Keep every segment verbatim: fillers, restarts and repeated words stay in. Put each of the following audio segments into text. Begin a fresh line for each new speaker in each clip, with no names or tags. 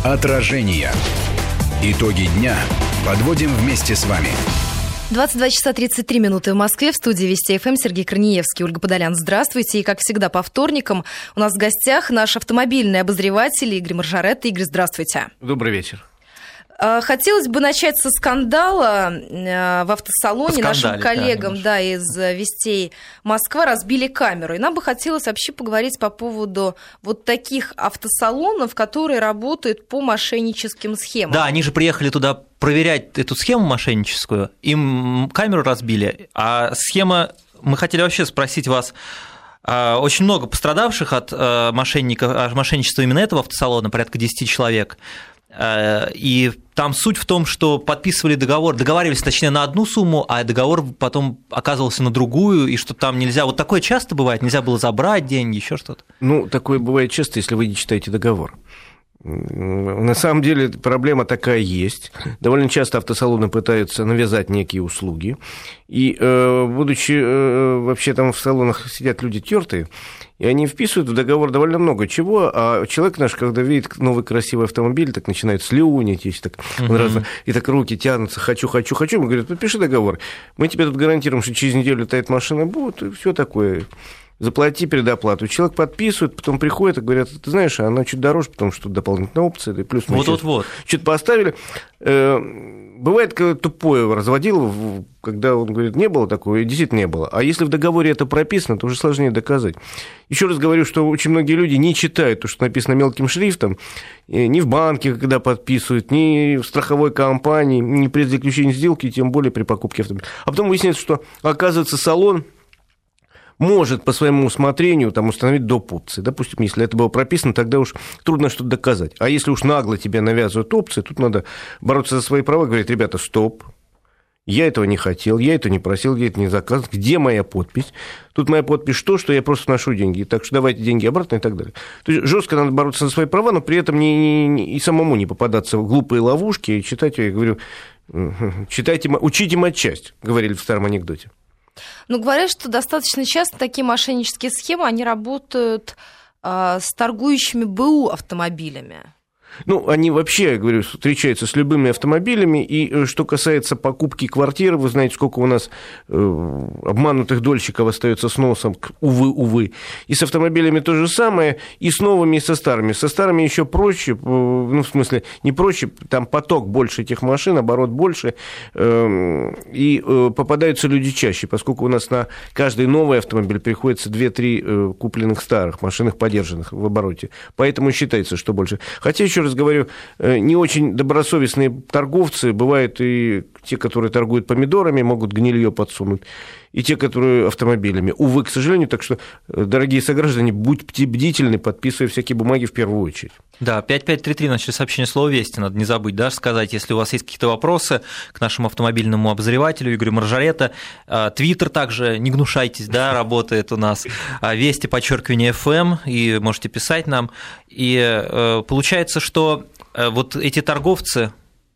Отражение. Итоги дня подводим вместе с вами.
двадцать два часа тридцать три минуты в Москве. В студии Вести ФМ Сергей Корнеевский, Ольга Подолян. Здравствуйте. И, как всегда, по вторникам у нас в гостях наш автомобильный обозреватель Игорь Маржаретта. Игорь, здравствуйте.
Добрый вечер.
Хотелось бы начать со скандала в автосалоне. Нашим коллегам да, из Вестей Москва разбили камеру. И нам бы хотелось вообще поговорить по поводу вот таких автосалонов, которые работают по мошенническим схемам.
Да, они же приехали туда проверять эту схему мошенническую, им камеру разбили, а схема... Мы хотели вообще спросить вас, очень много пострадавших от мошенников, мошенничества именно этого автосалона, порядка десять человек. И там суть в том, что подписывали договор, договаривались, точнее, на одну сумму, а договор потом оказывался на другую, и что там нельзя... Вот такое часто бывает, нельзя было забрать деньги, еще что-то?
Ну, такое бывает часто, если вы не читаете договор. На самом деле проблема такая есть. Довольно часто автосалоны пытаются навязать некие услуги. И, будучи вообще там в салонах сидят люди тёртые, и они вписывают в договор довольно много чего, а человек наш, когда видит новый красивый автомобиль, так начинает слюнить, и так, uh-huh. раз, и так руки тянутся, хочу, хочу, хочу. Мы говорим, подпиши договор, мы тебе тут гарантируем, что через неделю летает машина, будет, и все такое. Заплати предоплату. Человек подписывает, потом приходит и говорят, ты знаешь, она чуть дороже, потому что тут дополнительная опция, и плюс мы
вот-вот-вот.
Что-то поставили. Бывает, когда тупое разводило, когда он говорит, не было такого, и действительно не было. А если в договоре это прописано, то уже сложнее доказать. Еще раз говорю, что очень многие люди не читают то, что написано мелким шрифтом, ни в банке, когда подписывают, ни в страховой компании, ни при заключении сделки, тем более при покупке автомобиля. А потом выясняется, что, оказывается, салон может по своему усмотрению там, установить доп. Опции. Допустим, если это было прописано, тогда уж трудно что-то доказать. А если уж нагло тебе навязывают опции, тут надо бороться за свои права, говорить, ребята, стоп, я этого не хотел, я это не просил, я это не заказывал, где моя подпись? Тут моя подпись то, что я просто ношу деньги, так что давайте деньги обратно и так далее. То есть жестко надо бороться за свои права, но при этом не, не, не, и самому не попадаться в глупые ловушки и читать, я говорю, читайте, учите матчасть, говорили в старом анекдоте.
Ну, говорят, что достаточно часто такие мошеннические схемы, они работают э, с торгующими БУ автомобилями.
Ну, они вообще, я говорю, встречаются с любыми автомобилями, и что касается покупки квартиры, вы знаете, сколько у нас э, обманутых дольщиков остается с носом, увы, увы. И с автомобилями то же самое, и с новыми, и со старыми. Со старыми еще проще, ну, в смысле, не проще, там поток больше этих машин, оборот больше, э, и э, попадаются люди чаще, поскольку у нас на каждый новый автомобиль приходится две-три э, купленных старых, машин подержанных в обороте. Поэтому считается, что больше. Хотя, еще раз говорю, не очень добросовестные торговцы, бывают и те, которые торгуют помидорами, могут гнилье подсунуть, и те, которые автомобилями. Увы, к сожалению, так что, дорогие сограждане, будьте бдительны, подписывая всякие бумаги в первую очередь.
Да, пять пять три три, начали сообщение слова «Вести», надо не забыть, да, сказать, если у вас есть какие-то вопросы к нашему автомобильному обозревателю Игорю Маржаретта. Твиттер также, не гнушайтесь, да, работает у нас. Вести, подчеркивание эф эм, и можете писать нам. И получается, что вот эти торговцы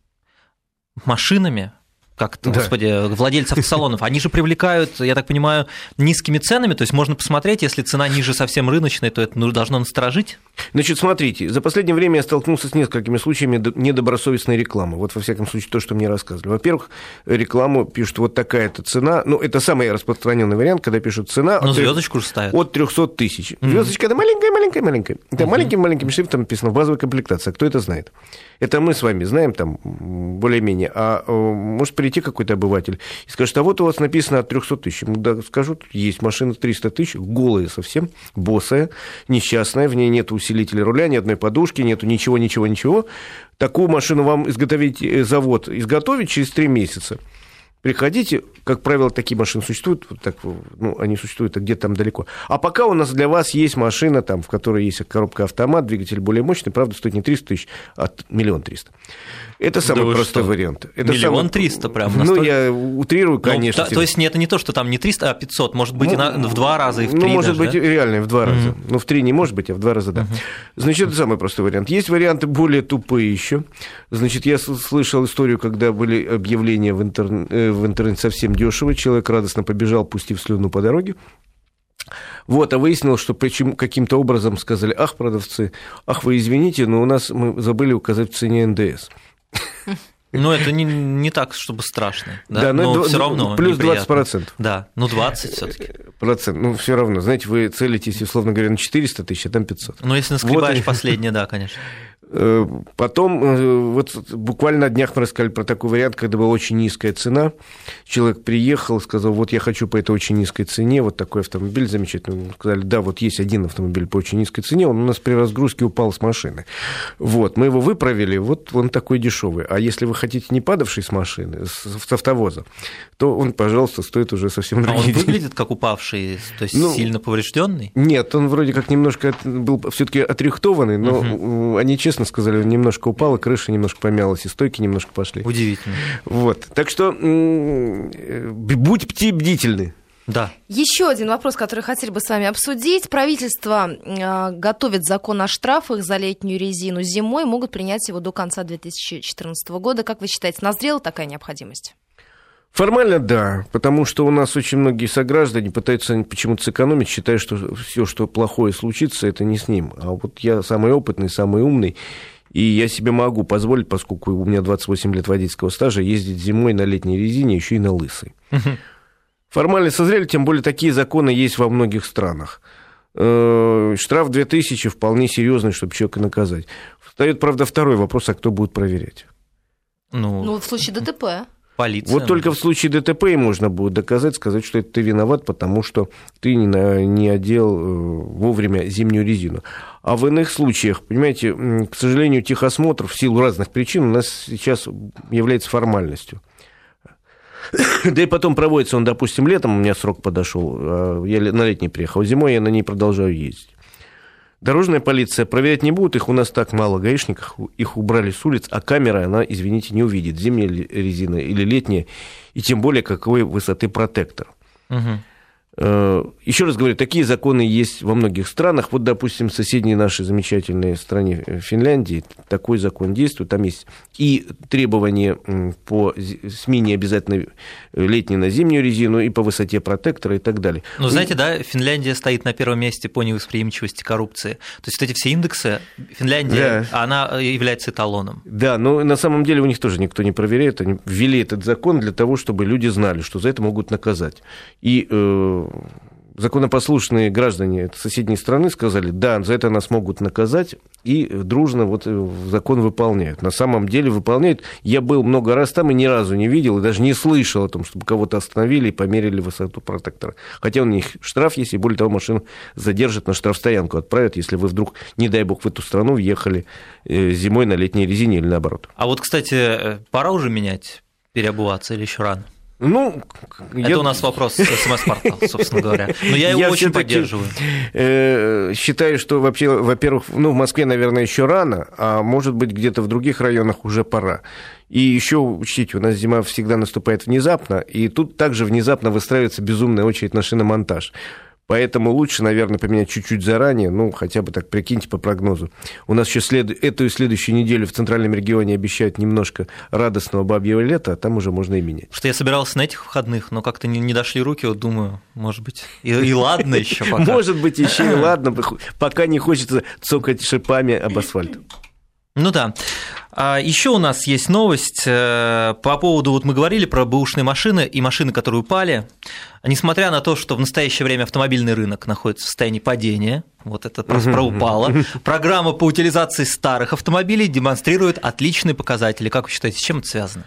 машинами, как, да. Господи, владельцы автосалонов, они же привлекают, я так понимаю, низкими ценами, то есть можно посмотреть, если цена ниже совсем рыночной, то это должно насторожить?
Значит, смотрите, за последнее время я столкнулся с несколькими случаями недобросовестной рекламы. Вот, во всяком случае, то, что мне рассказывали. Во-первых, рекламу пишут вот такая-то цена, ну, это самый распространенный вариант, когда пишут цена...
Ну, звездочку же ставят.
От триста тысяч. Mm-hmm. Звездочка, это маленькая-маленькая-маленькая. Это mm-hmm. маленьким-маленьким шрифтом написано в базовой комплектации. А кто это знает? Это мы с вами знаем там более-менее, а может прийти какой-то обыватель и скажет, а вот у вас написано от триста тысяч. Ему да, скажут, есть машина триста тысяч, голая совсем, босая, несчастная, в ней нет усилителя руля, ни одной подушки, нету ничего, ничего, ничего. Такую машину вам изготовить завод изготовить через три месяца. Приходите, как правило, такие машины существуют, вот так, ну, они существуют где-то там далеко. А пока у нас для вас есть машина, там, в которой есть коробка автомат, двигатель более мощный, правда, стоит не триста тысяч, а миллион триста. Это самый да простой что? Вариант. Это
миллион триста прям.
Ну, настолько... я утрирую, конечно.
Ну, то, то есть это не то, что там не триста, а пятьсот, может быть, ну, и на, в два раза, и в три.
Ну, может
даже,
быть,
да?
реально, в два
mm-hmm.
раза. Ну, в три не может быть, а в два раза, да. Mm-hmm. Значит, это самый простой вариант. Есть варианты более тупые еще. Значит, я слышал историю, когда были объявления в, интер... в интернете совсем дешево, человек радостно побежал, пустив слюну по дороге. Вот, а выяснилось, что почему, каким-то образом сказали: ах, продавцы, ах, вы извините, но у нас мы забыли указать в цене эн дэ эс.
Ну, это не, не так, чтобы страшно, да,
да, но,
но
все
равно
плюс
неприятно.
двадцать процентов.
Да, ну двадцать все-таки.
Процент, ну, все равно, знаете, вы целитесь, условно говоря, на четыреста тысяч, а там пятьсот.
Ну, если наскребаешь
вот.
Последнее, да, конечно.
Потом, вот буквально на днях мы рассказали про такой вариант, когда была очень низкая цена. Человек приехал, сказал: вот я хочу по этой очень низкой цене, вот такой автомобиль замечательный. Мы сказали: да, вот есть один автомобиль по очень низкой цене, он у нас при разгрузке упал с машины. Вот, мы его выправили, вот он такой дешевый. А если вы хотите не падавший с машины, с автовоза, то он, пожалуйста, стоит уже совсем другие деньги.
А он выглядит как упавший, то есть ну, сильно поврежденный?
Нет, он вроде как немножко был все-таки отрихтованный, но угу. они честно сказали, он немножко упал, и крыша немножко помялась, и стойки немножко пошли.
Удивительно.
Вот. Так что будьте бдительны.
Да. Еще один вопрос, который хотели бы с вами обсудить. Правительство э, готовит закон о штрафах за летнюю резину зимой, могут принять его до конца две тысячи четырнадцатого года. Как вы считаете, назрела такая необходимость?
Формально да, потому что у нас очень многие сограждане пытаются почему-то сэкономить, считая, что все, что плохое случится, это не с ним. А вот я самый опытный, самый умный, и я себе могу позволить, поскольку у меня двадцать восемь лет водительского стажа, ездить зимой на летней резине, еще и на лысой. Формально созрели, тем более такие законы есть во многих странах. Штраф две тысячи вполне серьезный, чтобы человека наказать. Встает, правда, второй вопрос: а кто будет проверять?
Ну, ну в случае ДТП.
Полиция.
Вот только в случае ДТП и можно будет доказать, сказать, что это ты виноват, потому что ты не, на, не одел вовремя зимнюю резину. А в иных случаях, понимаете, к сожалению, техосмотр в силу разных причин у нас сейчас является формальностью. Да и потом проводится он, допустим, летом, у меня срок подошел, я на летний приехал, зимой я на ней продолжаю ездить. Дорожная полиция проверять не будет, их у нас так мало гаишников, их убрали с улиц, а камера, она, извините, не увидит, зимняя резина или летняя, и тем более какой высоты протектор. Угу. Еще раз говорю, такие законы есть во многих странах. Вот, допустим, в соседней нашей замечательной стране Финляндии такой закон действует. Там есть и требования по смене обязательно летней на зимнюю резину, и по высоте протектора, и так далее.
Ну, знаете, да, Финляндия стоит на первом месте по невосприимчивости коррупции. То есть вот эти все индексы, Финляндия, да. Она является эталоном.
Да, но на самом деле у них тоже никто не проверяет. Они ввели этот закон для того, чтобы люди знали, что за это могут наказать. И э, законопослушные граждане соседней страны сказали: да, за это нас могут наказать, и дружно вот закон выполняют. На самом деле выполняют. Я был много раз там и ни разу не видел, и даже не слышал о том, чтобы кого-то остановили и померили высоту протектора. Хотя у них штраф есть, и более того, машину задержат, на штрафстоянку отправят, если вы вдруг, не дай бог, в эту страну въехали зимой на летней резине или наоборот.
А вот, кстати, пора уже менять, переобуваться или еще рано?
Ну,
это я... у нас вопрос с СМС-портала, собственно говоря. Но я его я очень поддерживаю.
Э, считаю, что вообще, во-первых, ну, в Москве, наверное, еще рано, а может быть, где-то в других районах уже пора. И еще учтите, у нас зима всегда наступает внезапно, и тут также внезапно выстраивается безумная очередь на шиномонтаж. Поэтому лучше, наверное, поменять чуть-чуть заранее, ну, хотя бы так, прикиньте по прогнозу. У нас еще след... эту и следующую неделю в центральном регионе обещают немножко радостного бабьего лета, а там уже можно и менять.
Что я собирался на этих выходных, но как-то не, не дошли руки, вот думаю, может быть, и, и ладно еще пока.
Может быть, еще и ладно, пока не хочется цокать шипами об асфальт.
Ну да. Еще у нас есть новость по поводу, вот мы говорили про бэушные машины и машины, которые упали. Несмотря на то, что в настоящее время автомобильный рынок находится в состоянии падения, вот это просто про упало, программа по утилизации старых автомобилей демонстрирует отличные показатели. Как вы считаете, с чем это связано?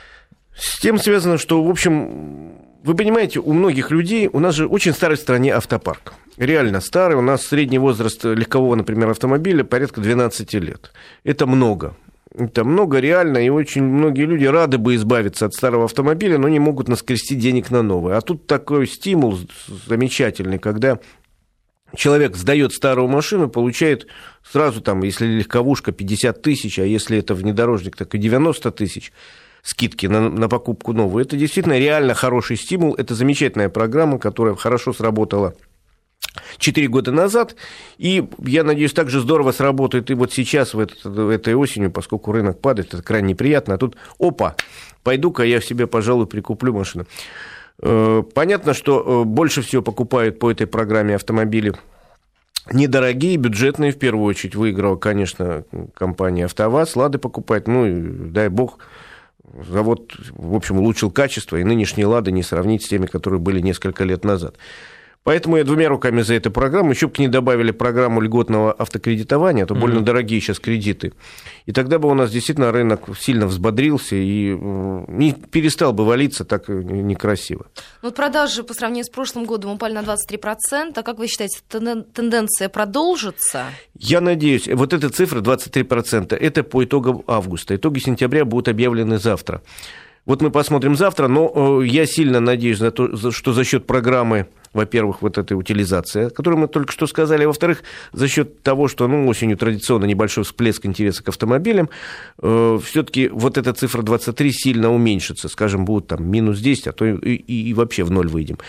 С тем связано, что, в общем, вы понимаете, у многих людей, у нас же очень старый в стране автопарк. Реально старый. У нас средний возраст легкового, например, автомобиля порядка двенадцать лет. Это много. Это много реально, и очень многие люди рады бы избавиться от старого автомобиля, но не могут наскрести денег на новый. А тут такой стимул замечательный, когда человек сдает старую машину, получает сразу там, если легковушка, пятьдесят тысяч, а если это внедорожник, так и девяносто тысяч скидки на, на покупку новую. Это действительно реально хороший стимул. Это замечательная программа, которая хорошо сработала четыре года назад, и, я надеюсь, так же здорово сработает и вот сейчас, в этот, этой осенью, поскольку рынок падает, это крайне неприятно, а тут, опа, пойду-ка я себе, пожалуй, прикуплю машину. Понятно, что больше всего покупают по этой программе автомобили недорогие, бюджетные, в первую очередь. Выиграла, конечно, компания «АвтоВАЗ», «Лады» покупает, ну, и, дай бог, завод, в общем, улучшил качество, и нынешние «Лады» не сравнить с теми, которые были несколько лет назад. Поэтому я двумя руками за эту программу. Еще бы к ней добавили программу льготного автокредитования, а то mm-hmm. больно дорогие сейчас кредиты. И тогда бы у нас действительно рынок сильно взбодрился и не перестал бы валиться так некрасиво.
Ну, продажи по сравнению с прошлым годом упали на двадцать три процента. Как вы считаете, тенденция продолжится?
Я надеюсь. Вот эта цифра двадцать три процента, это по итогам августа. Итоги сентября будут объявлены завтра. Вот мы посмотрим завтра, но я сильно надеюсь на то, что за счет программы, во-первых, вот этой утилизации, о которой мы только что сказали, а во-вторых, за счет того, что ну, осенью традиционно небольшой всплеск интереса к автомобилям, э, все-таки вот эта цифра двадцать три сильно уменьшится, скажем, будут там минус десять, а то и, и, и вообще в ноль выйдем.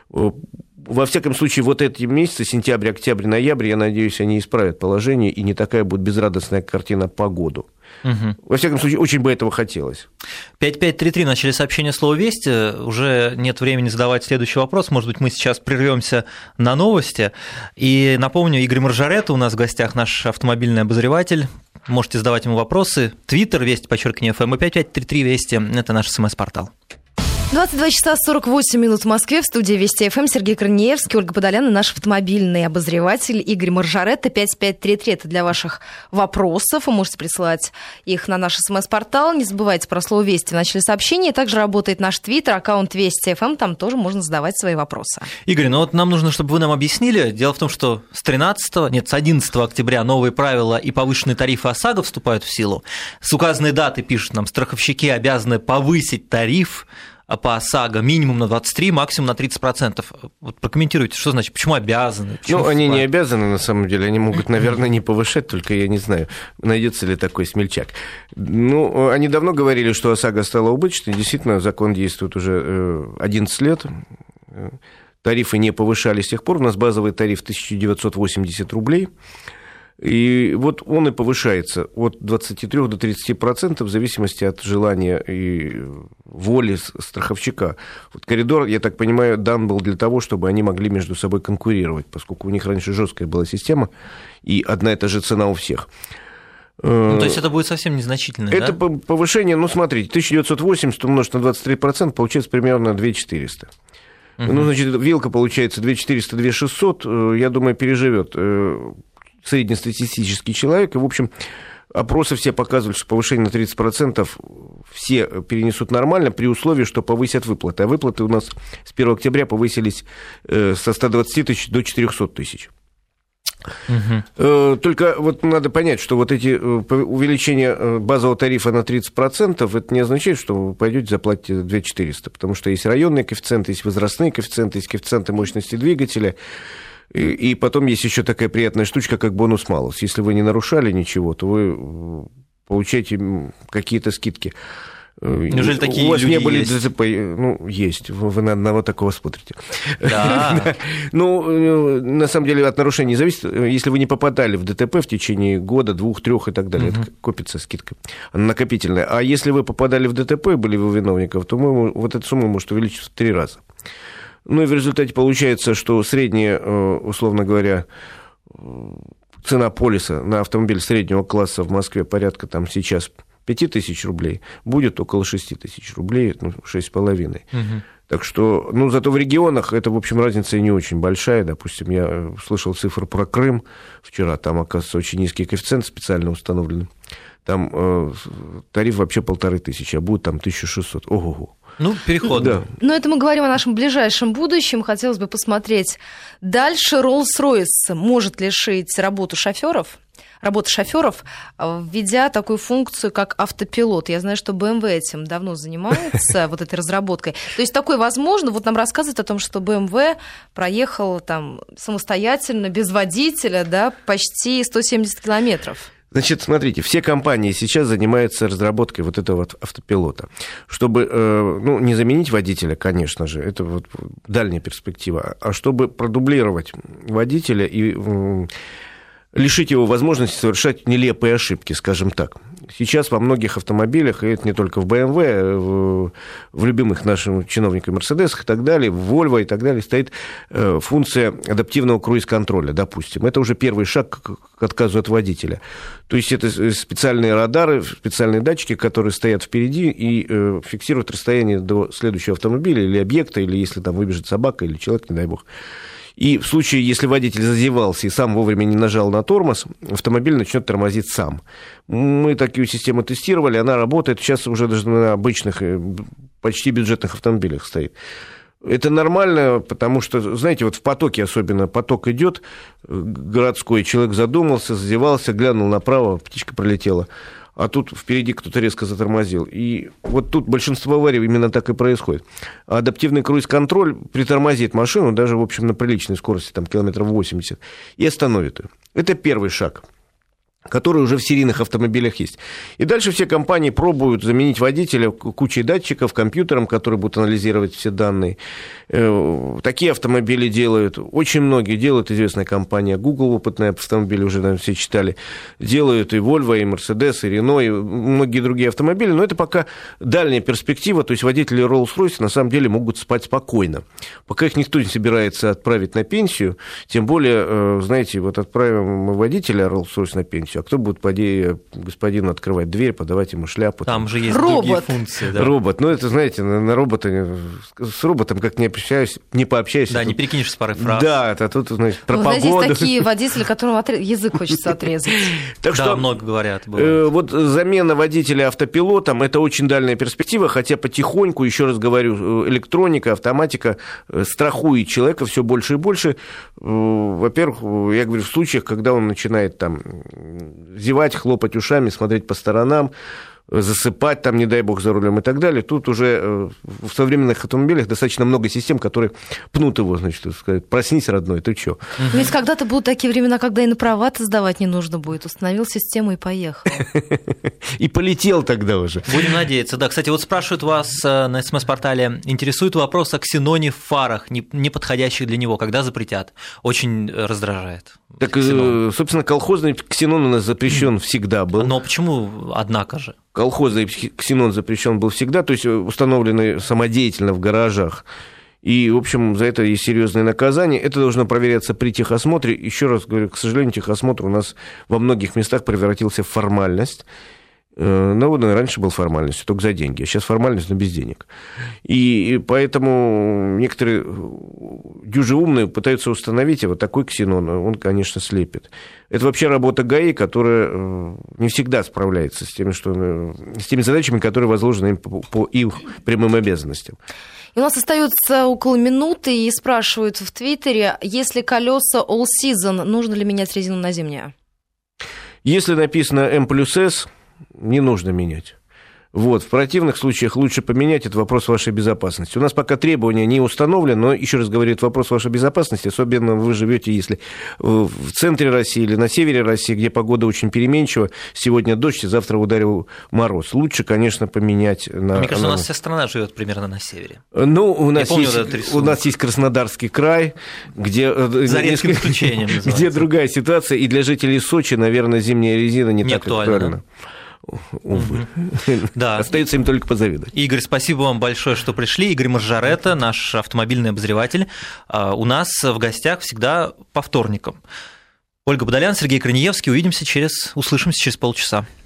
Во всяком случае, вот эти месяцы, сентябрь, октябрь, ноябрь, я надеюсь, они исправят положение, и не такая будет безрадостная картина по году. Угу. Во всяком случае, очень бы этого хотелось.
пять пять три три начали сообщение слова «Вести». Уже нет времени задавать следующий вопрос. Может быть, мы сейчас прервемся на новости. И напомню, Игорь Маржарета у нас в гостях, наш автомобильный обозреватель. Можете задавать ему вопросы. Твиттер, Вести, подчеркивание, ФМ, и пять пять три три Вести. Это наш СМС-портал.
двадцать два часа сорок восемь минут в Москве. В студии Вести ФМ Сергей Корнеевский, Ольга Подолян и наш автомобильный обозреватель Игорь Маржарета. пять пять три три. Это для ваших вопросов. Вы можете присылать их на наш СМС-портал. Не забывайте про слово «Вести» в начале сообщения. Также работает наш твиттер, аккаунт Вести ФМ. Там тоже можно задавать свои вопросы.
Игорь, ну вот нам нужно, чтобы вы нам объяснили. Дело в том, что с тринадцатого, нет, с одиннадцатого октября новые правила и повышенные тарифы ОСАГО вступают в силу. С указанной даты, пишут нам, страховщики обязаны повысить тариф по ОСАГО минимум на двадцать три, максимум на тридцать процентов. Вот прокомментируйте, что значит, почему обязаны? Почему
ну, они не обязаны, на самом деле, они могут, наверное, не повышать, только я не знаю, найдется ли такой смельчак. Ну, они давно говорили, что ОСАГО стало убыточной, действительно, закон действует уже одиннадцать лет, тарифы не повышались с тех пор, у нас базовый тариф тысяча девятьсот восемьдесят рублей, и вот он и повышается от двадцати трёх до тридцати процентов в зависимости от желания и воли страховщика. Вот коридор, я так понимаю, дан был для того, чтобы они могли между собой конкурировать, поскольку у них раньше жесткая была система, и одна и та же цена у всех.
Ну, то есть это будет совсем незначительно,
это
да?
повышение, ну, смотрите, тысяча девятьсот восемьдесят умножить на двадцать три процента, получается примерно две тысячи четыреста. Uh-huh. Ну, значит, вилка получается две тысячи четыреста - две тысячи шестьсот, я думаю, переживет среднестатистический человек. И, в общем, опросы все показывали, что повышение на тридцать процентов все перенесут нормально при условии, что повысят выплаты. А выплаты у нас с первого октября повысились со ста двадцати тысяч до четырехсот тысяч. Угу. Только вот надо понять, что вот эти увеличения базового тарифа на тридцать процентов, это не означает, что вы пойдете заплатите две тысячи четыреста, потому что есть районные коэффициенты, есть возрастные коэффициенты, есть коэффициенты мощности двигателя. И потом есть еще такая приятная штучка, как бонус-малус. Если вы не нарушали ничего, то вы получаете какие-то скидки.
Неужели такие
у вас
люди
не были
есть?
ДТП? Ну, есть. Вы на одного такого смотрите.
Да.
Ну, на самом деле, от нарушений зависит. Если вы не попадали в ДТП в течение года, двух, трех и так далее, это копится скидка. Она накопительная. А если вы попадали в ДТП, были вы виновников, то мы, вот эта сумма может увеличиться в три раза. Ну и в результате получается, что средняя, условно говоря, цена полиса на автомобиль среднего класса в Москве порядка там сейчас пять тысяч рублей, будет около шесть тысяч рублей, ну, шесть с половиной. Угу. Так что, ну, зато в регионах это, в общем, разница и не очень большая. Допустим, я слышал цифру про Крым вчера, там, оказывается, очень низкий коэффициент специально установлен. Там э, тариф вообще полторы тысячи, а будет там тысяча шестьсот. Ого-го.
Ну, переход.
Да.
Но это мы говорим о нашем ближайшем будущем. Хотелось бы посмотреть дальше. Rolls-Royce может лишить работу шофёров, работы шофёров, введя такую функцию, как автопилот. Я знаю, что бэ эм вэ этим давно занимается, вот этой разработкой. То есть такое возможно. Вот нам рассказывают о том, что бэ эм вэ проехал там самостоятельно, без водителя, да, почти сто семьдесят километров.
Значит, смотрите, все компании сейчас занимаются разработкой вот этого вот автопилота. Чтобы, ну, не заменить водителя, конечно же, это вот дальняя перспектива, а чтобы продублировать водителя и лишить его возможности совершать нелепые ошибки, скажем так. Сейчас во многих автомобилях, и это не только в бэ эм вэ, в, в любимых нашим чиновникам Мерседесах и так далее, в Volvo и так далее, стоит функция адаптивного круиз-контроля, допустим. Это уже первый шаг к отказу от водителя. То есть это специальные радары, специальные датчики, которые стоят впереди и фиксируют расстояние до следующего автомобиля или объекта, или если там выбежит собака или человек, не дай бог. И в случае, если водитель зазевался и сам вовремя не нажал на тормоз, автомобиль начнет тормозить сам. Мы такую систему тестировали, она работает, сейчас уже даже на обычных, почти бюджетных автомобилях стоит. Это нормально, потому что, знаете, вот в потоке особенно, поток идет городской, человек задумался, зазевался, глянул направо, птичка пролетела. А тут впереди кто-то резко затормозил. И вот тут большинство аварий именно так и происходит. А адаптивный круиз-контроль притормозит машину даже, в общем, на приличной скорости, там, километров восемьдесят, и остановит ее. Это первый шаг, который уже в серийных автомобилях есть. И дальше все компании пробуют заменить водителя кучей датчиков, компьютером, который будет анализировать все данные. Такие автомобили делают, очень многие делают, известная компания Google, опытные автомобили, уже, наверное, все читали, делают и Volvo, и Mercedes, и Renault, и многие другие автомобили, но это пока дальняя перспектива, то есть водители Rolls-Royce на самом деле могут спать спокойно. Пока их никто не собирается отправить на пенсию, тем более, знаете, вот отправим мы водителя Rolls-Royce на пенсию, а кто будет поди, господину открывать дверь, подавать ему шляпу?
Там, там же есть
робот.
Другие функции. Да.
Робот. Ну, это, знаете, на, на робота, с роботом как не общаюсь, не пообщаюсь.
Да,
тут...
не перекинешь с пары фраз.
Да, это тут, значит, про
ну,
погоду.
Знаете, есть такие водители, которым отре... язык хочется отрезать.
Так
да,
что,
много говорят.
Э, вот замена водителя автопилотом – это очень дальняя перспектива, хотя потихоньку, еще раз говорю, электроника, автоматика страхует человека все больше и больше. Во-первых, я говорю, в случаях, когда он начинает там зевать, хлопать ушами, смотреть по сторонам, засыпать, там, не дай бог, за рулем и так далее. Тут уже в современных автомобилях достаточно много систем, которые пнут его, значит, сказать, проснись, родной, ты чё?
Ведь когда-то будут такие времена, когда и на права-то сдавать не нужно будет. Установил систему и поехал.
И полетел тогда уже.
Будем надеяться. Да, кстати, вот спрашивают вас на СМС-портале, интересует вопрос о ксеноне в фарах, не подходящих для него, когда запретят? Очень раздражает.
Так, ксенон. Собственно, колхозный ксенон у нас запрещен всегда был.
Но почему, однако же?
Колхозный ксенон запрещен был всегда, то есть установлены самодеятельно в гаражах. И, в общем, за это есть серьезные наказания. Это должно проверяться при техосмотре. Еще раз говорю, к сожалению, техосмотр у нас во многих местах превратился в формальность. Ну, раньше был формальностью, только за деньги, а сейчас формальность, но без денег. И поэтому некоторые дюжи умные пытаются установить, а вот такой ксенон, он, конечно, слепит. Это вообще работа ГАИ, которая не всегда справляется с теми, что, с теми задачами, которые возложены им по, по их прямым обязанностям.
И у нас остается около минуты, и спрашивают в Твиттере, если колеса all season, нужно ли менять резину на зимнее?
Если написано М плюс С, не нужно менять. Вот. В противных случаях лучше поменять, это вопрос вашей безопасности. У нас пока требования не установлены, но, еще раз говорю, это вопрос вашей безопасности, особенно вы живете, если в центре России или на севере России, где погода очень переменчива, сегодня дождь, завтра ударил мороз. Лучше, конечно, поменять на...
Мне кажется,
на...
у нас вся страна живет примерно на севере.
Ну, у нас,
помню,
есть, у нас есть Краснодарский край, где...
За редким исключением,
где другая ситуация, и для жителей Сочи, наверное, зимняя резина не, не так актуальна. актуальна. Увы. Да. Остается им только позавидовать.
Игорь, спасибо вам большое, что пришли. Игорь Маржаретта, наш автомобильный обозреватель, у нас в гостях всегда по вторникам. Ольга Подолян, Сергей Корнеевский. Увидимся через, услышимся через полчаса.